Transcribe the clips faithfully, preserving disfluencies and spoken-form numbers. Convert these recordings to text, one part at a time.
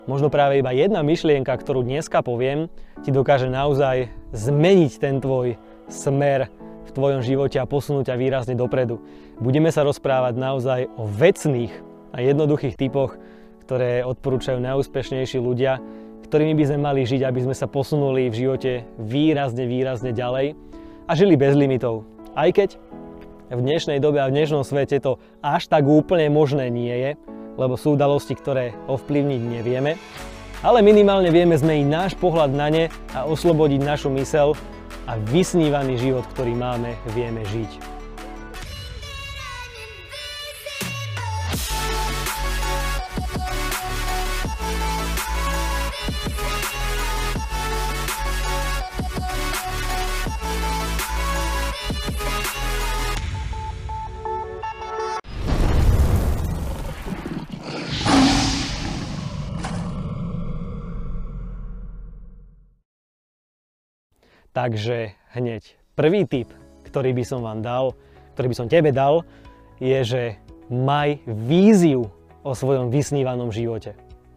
Možno práve iba jedna myšlienka, ktorú dneska poviem, ti dokáže naozaj zmeniť ten tvoj smer v tvojom živote a posunúť ťa výrazne dopredu. Budeme sa rozprávať naozaj o vecných a jednoduchých typoch, ktoré odporúčajú najúspešnejší ľudia, ktorými by sme mali žiť, aby sme sa posunuli v živote výrazne, výrazne ďalej a žili bez limitov. Aj keď v dnešnej dobe a v dnešnom svete to až tak úplne možné nie je, lebo sú udalosti, ktoré ovplyvniť nevieme, ale minimálne vieme zmeniť náš pohľad na ne a oslobodiť našu myseľ a vysnívaný život, ktorý máme, vieme žiť. Takže hneď prvý tip, ktorý by som vám dal, ktorý by som tebe dal, je, že maj víziu o svojom vysnívanom živote.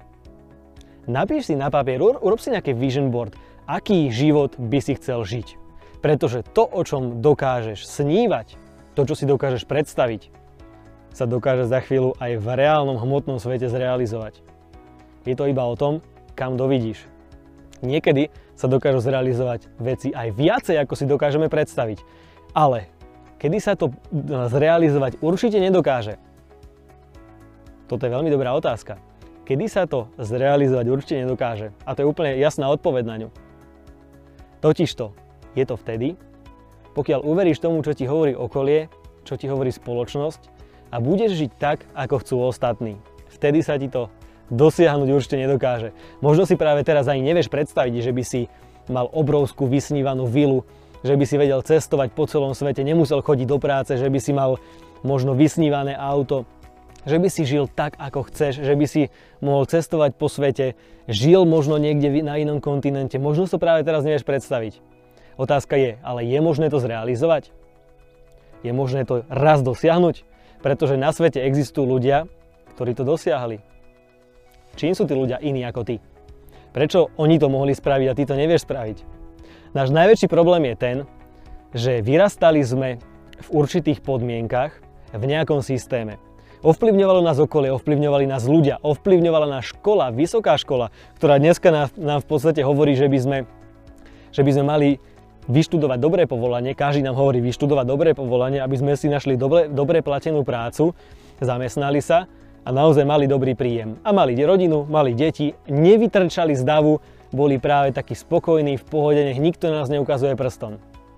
Napíš si na papier, urob si nejaký vision board, aký život by si chcel žiť. Pretože to, o čom dokážeš snívať, to, čo si dokážeš predstaviť, sa dokáže za chvíľu aj v reálnom hmotnom svete zrealizovať. Je to iba o tom, kam dovidíš. Niekedy sa dokážu zrealizovať veci aj viacej, ako si dokážeme predstaviť. Ale kedy sa to zrealizovať určite nedokáže? Toto je veľmi dobrá otázka. Kedy sa to zrealizovať určite nedokáže? A to je úplne jasná odpoveď na ňu. Totižto, je to vtedy, pokiaľ uveríš tomu, čo ti hovorí okolie, čo ti hovorí spoločnosť a budeš žiť tak, ako chcú ostatní. Vtedy sa ti to dosiahnuť určite nedokáže. Možno si práve teraz ani nevieš predstaviť, že by si mal obrovskú vysnívanú vilu, že by si vedel cestovať po celom svete, nemusel chodiť do práce, že by si mal možno vysnívané auto, že by si žil tak, ako chceš, že by si mohol cestovať po svete, žil možno niekde na inom kontinente, možno to práve teraz nevieš predstaviť. Otázka je, ale je možné to zrealizovať? Je možné to raz dosiahnuť? Pretože na svete existujú ľudia, ktorí to dosiahli. Čím sú tí ľudia iní ako ty? Prečo oni to mohli spraviť a ty to nevieš spraviť? Náš najväčší problém je ten, že vyrastali sme v určitých podmienkach, v nejakom systéme. Ovplyvňovalo nás okolie, ovplyvňovali nás ľudia, ovplyvňovala nás škola, vysoká škola, ktorá dneska nám v podstate hovorí, že by sme, že by sme mali vyštudovať dobré povolanie. Každý nám hovorí vyštudovať dobré povolanie, aby sme si našli dobre, dobre platenú prácu, zamestnali sa a naozaj mali dobrý príjem. A mali rodinu, mali deti, nevytrčali z davu, boli práve takí spokojní, v pohode, nech nikto na nás neukazuje prstom.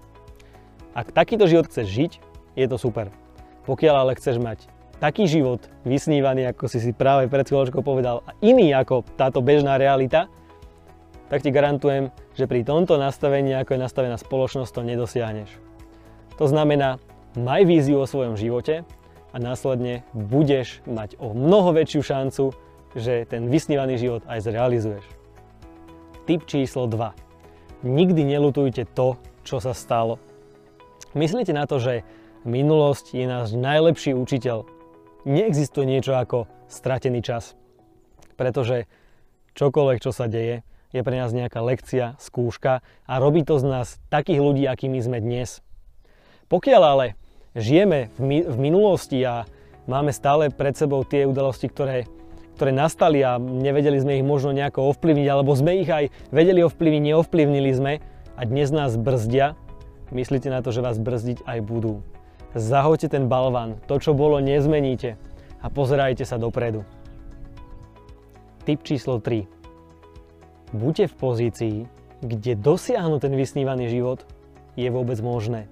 Ak takýto život chceš žiť, je to super. Pokiaľ ale chceš mať taký život vysnívaný, ako si si práve pred chvíľočkou povedal, a iný ako táto bežná realita, tak ti garantujem, že pri tomto nastavení, ako je nastavená spoločnosť, to nedosiahneš. To znamená, maj víziu o svojom živote, a následne budeš mať o mnoho väčšiu šancu, že ten vysnívaný život aj zrealizuješ. Tip číslo dva. Nikdy neľutujte to, čo sa stalo. Myslíte na to, že minulosť je náš najlepší učiteľ. Neexistuje niečo ako stratený čas. Pretože čokoľvek, čo sa deje, je pre nás nejaká lekcia, skúška a robí to z nás takých ľudí, akými sme dnes. Pokiaľ ale žijeme v, mi- v minulosti a máme stále pred sebou tie udalosti, ktoré, ktoré nastali a nevedeli sme ich možno nejako ovplyvniť, alebo sme ich aj vedeli ovplyvniť, neovplyvnili sme a dnes nás brzdia, myslíte na to, že vás brzdiť aj budú. Zahoďte ten balván, to čo bolo nezmeníte a pozerajte sa dopredu. Tip číslo tri. Buďte v pozícii, kde dosiahnuť ten vysnívaný život je vôbec možné.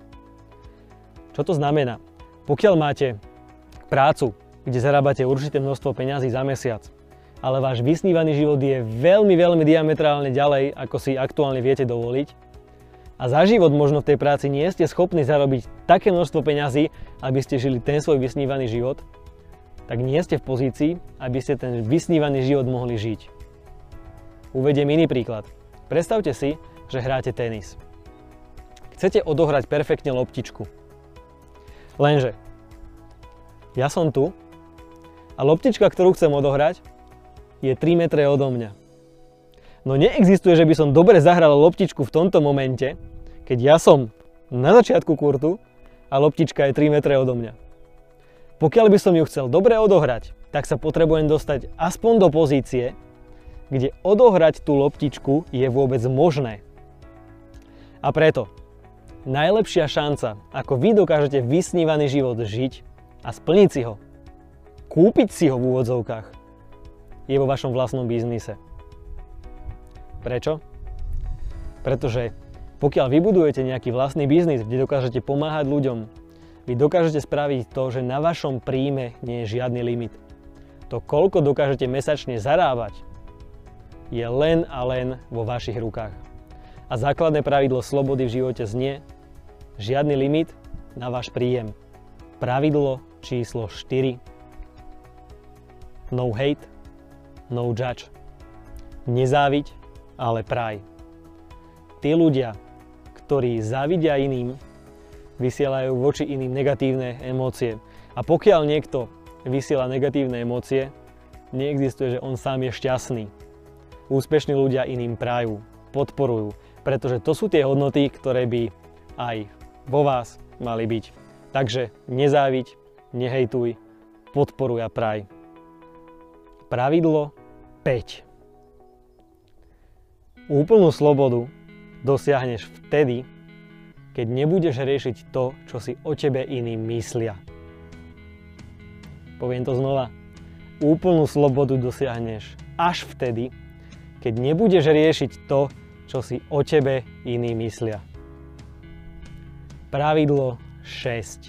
Čo to znamená? Pokiaľ máte prácu, kde zarábate určité množstvo peňazí za mesiac, ale váš vysnívaný život je veľmi, veľmi diametrálne ďalej, ako si aktuálne viete dovoliť, a za život možno v tej práci nie ste schopní zarobiť také množstvo peňazí, aby ste žili ten svoj vysnívaný život, tak nie ste v pozícii, aby ste ten vysnívaný život mohli žiť. Uvediem iný príklad. Predstavte si, že hráte tenis. Chcete odohrať perfektne loptičku. Lenže ja som tu a loptička, ktorú chcem odohrať, je tri metre odo mňa. No neexistuje, že by som dobre zahral loptičku v tomto momente, keď ja som na začiatku kurtu a loptička je tri metre odo mňa. Pokiaľ by som ju chcel dobre odohrať, tak sa potrebujem dostať aspoň do pozície, kde odohrať tú loptičku je vôbec možné. A preto najlepšia šanca, ako vy dokážete vysnívaný život žiť a splniť si ho, kúpiť si ho v úvodzovkách, je vo vašom vlastnom biznise. Prečo? Pretože pokiaľ vybudujete nejaký vlastný biznis, kde dokážete pomáhať ľuďom, vy dokážete spraviť to, že na vašom príjme nie je žiadny limit. To, koľko dokážete mesačne zarábať, je len a len vo vašich rukách. A základné pravidlo slobody v živote znie: žiadny limit na váš príjem. Pravidlo číslo štyri. No hate, no judge. Nezáviď, ale praj. Tí ľudia, ktorí závidia iným, vysielajú voči iným negatívne emócie. A pokiaľ niekto vysiela negatívne emócie, neexistuje, že on sám je šťastný. Úspešní ľudia iným prajú, podporujú, pretože to sú tie hodnoty, ktoré by aj vo vás mali byť. Takže nezáviď, nehejtuj, podporuj a praj. Pravidlo päť. Úplnú slobodu dosiahneš vtedy, keď nebudeš riešiť to, čo si o tebe iní myslia. Poviem to znova. Úplnú slobodu dosiahneš až vtedy, keď nebudeš riešiť to, čo si o tebe iní myslia. Pravidlo šesť.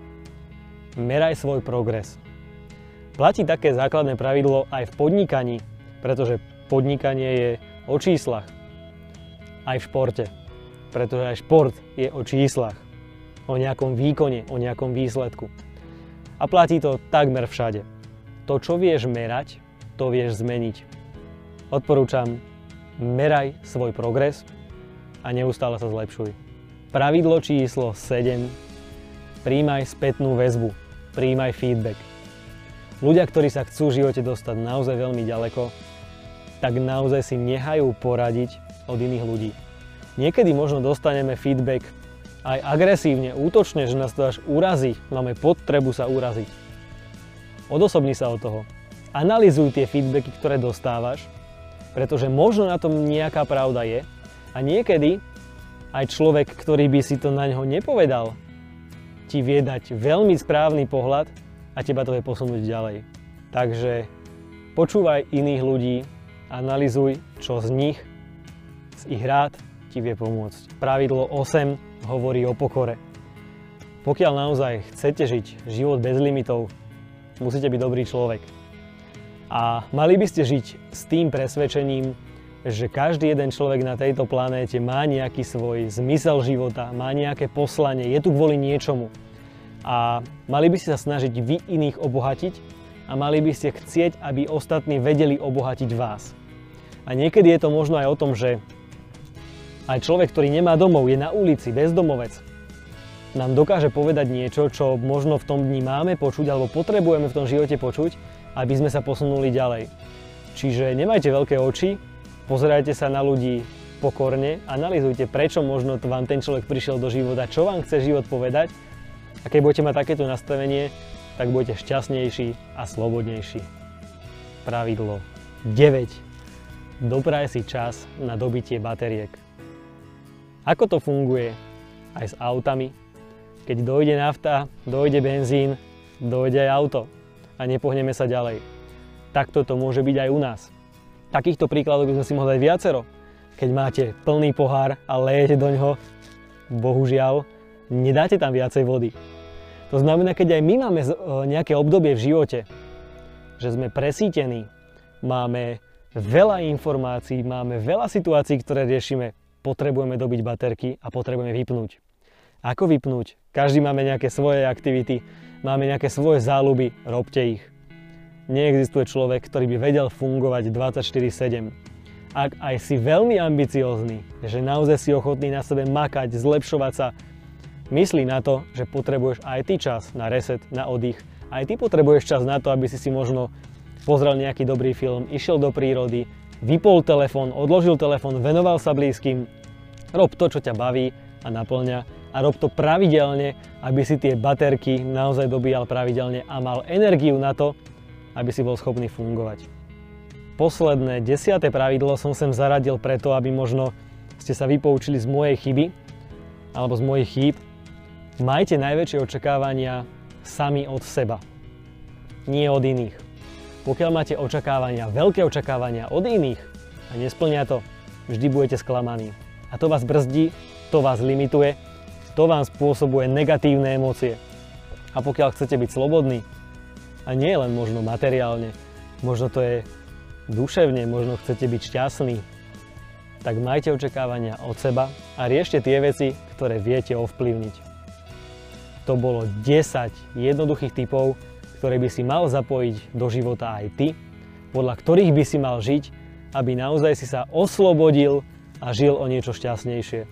Meraj svoj progres. Platí také základné pravidlo aj v podnikaní, pretože podnikanie je o číslach. Aj v športe, pretože aj šport je o číslach, o nejakom výkone, o nejakom výsledku. A platí to takmer všade. To, čo vieš merať, to vieš zmeniť. Odporúčam, meraj svoj progres a neustále sa zlepšuj. Pravidlo číslo sedem. Prijímaj spätnú väzbu, prijímaj feedback. Ľudia, ktorí sa chcú v živote dostať naozaj veľmi ďaleko, tak naozaj si nechajú poradiť od iných ľudí. Niekedy možno dostaneme feedback aj agresívne, útočne, že nás to až urazí, máme potrebu sa uraziť. Odosobni sa od toho. Analyzuj tie feedbacky, ktoré dostávaš, pretože možno na tom nejaká pravda je a niekedy aj človek, ktorý by si to na ňo nepovedal, ti vie dať veľmi správny pohľad a teba to vie posunúť ďalej. Takže počúvaj iných ľudí, analyzuj, čo z nich, z ich rád ti vie pomôcť. Pravidlo osem hovorí o pokore. Pokiaľ naozaj chcete žiť život bez limitov, musíte byť dobrý človek. A mali by ste žiť s tým presvedčením, že každý jeden človek na tejto planéte má nejaký svoj zmysel života, má nejaké poslanie, je tu kvôli niečomu. A mali by ste sa snažiť vy iných obohatiť a mali by ste chcieť, aby ostatní vedeli obohatiť vás. A niekedy je to možno aj o tom, že aj človek, ktorý nemá domov, je na ulici, bezdomovec, nám dokáže povedať niečo, čo možno v tom dni máme počuť alebo potrebujeme v tom živote počuť, aby sme sa posunuli ďalej. Čiže nemajte veľké oči, pozerajte sa na ľudí pokorne, analyzujte, prečo možno vám ten človek prišiel do života, čo vám chce život povedať. A keď budete mať takéto nastavenie, tak budete šťastnejší a slobodnejší. Pravidlo deväť. Dopraj si čas na dobitie batériek. Ako to funguje aj s autami? Keď dojde nafta, dojde benzín, dojde aj auto a nepohneme sa ďalej. Takto to môže byť aj u nás. Takýchto príkladov by sme si mohli dať viacero. Keď máte plný pohár a lejete do ňoho, bohužiaľ, nedáte tam viacej vody. To znamená, keď aj my máme nejaké obdobie v živote, že sme presýtení, máme veľa informácií, máme veľa situácií, ktoré riešime, potrebujeme dobiť baterky a potrebujeme vypnúť. Ako vypnúť? Každý máme nejaké svoje aktivity, máme nejaké svoje záľuby, robte ich. Neexistuje človek, ktorý by vedel fungovať dvadsaťštyri sedem. Ak aj si veľmi ambiciózny, že naozaj si ochotný na sebe makať, zlepšovať sa, myslí na to, že potrebuješ aj ty čas na reset, na oddych. Aj ty potrebuješ čas na to, aby si si možno pozrel nejaký dobrý film, išiel do prírody, vypol telefón, odložil telefón, venoval sa blízkym. Rob to, čo ťa baví a naplňa a rob to pravidelne, aby si tie baterky naozaj dobíjal pravidelne a mal energiu na to, aby si bol schopný fungovať. Posledné, desiate pravidlo som sem zaradil preto, aby možno ste sa vypoučili z mojej chyby alebo z mojich chýb. Majte najväčšie očakávania sami od seba, nie od iných. Pokiaľ máte očakávania, veľké očakávania od iných a nesplnia to, vždy budete sklamaní. A to vás brzdí, to vás limituje, to vám spôsobuje negatívne emócie. A pokiaľ chcete byť slobodní, a nie len možno materiálne, možno to je duševne, možno chcete byť šťastní, tak majte očakávania od seba a riešte tie veci, ktoré viete ovplyvniť. To bolo desať jednoduchých tipov, ktoré by si mal zapojiť do života aj ty, podľa ktorých by si mal žiť, aby naozaj si sa oslobodil a žil o niečo šťastnejšie.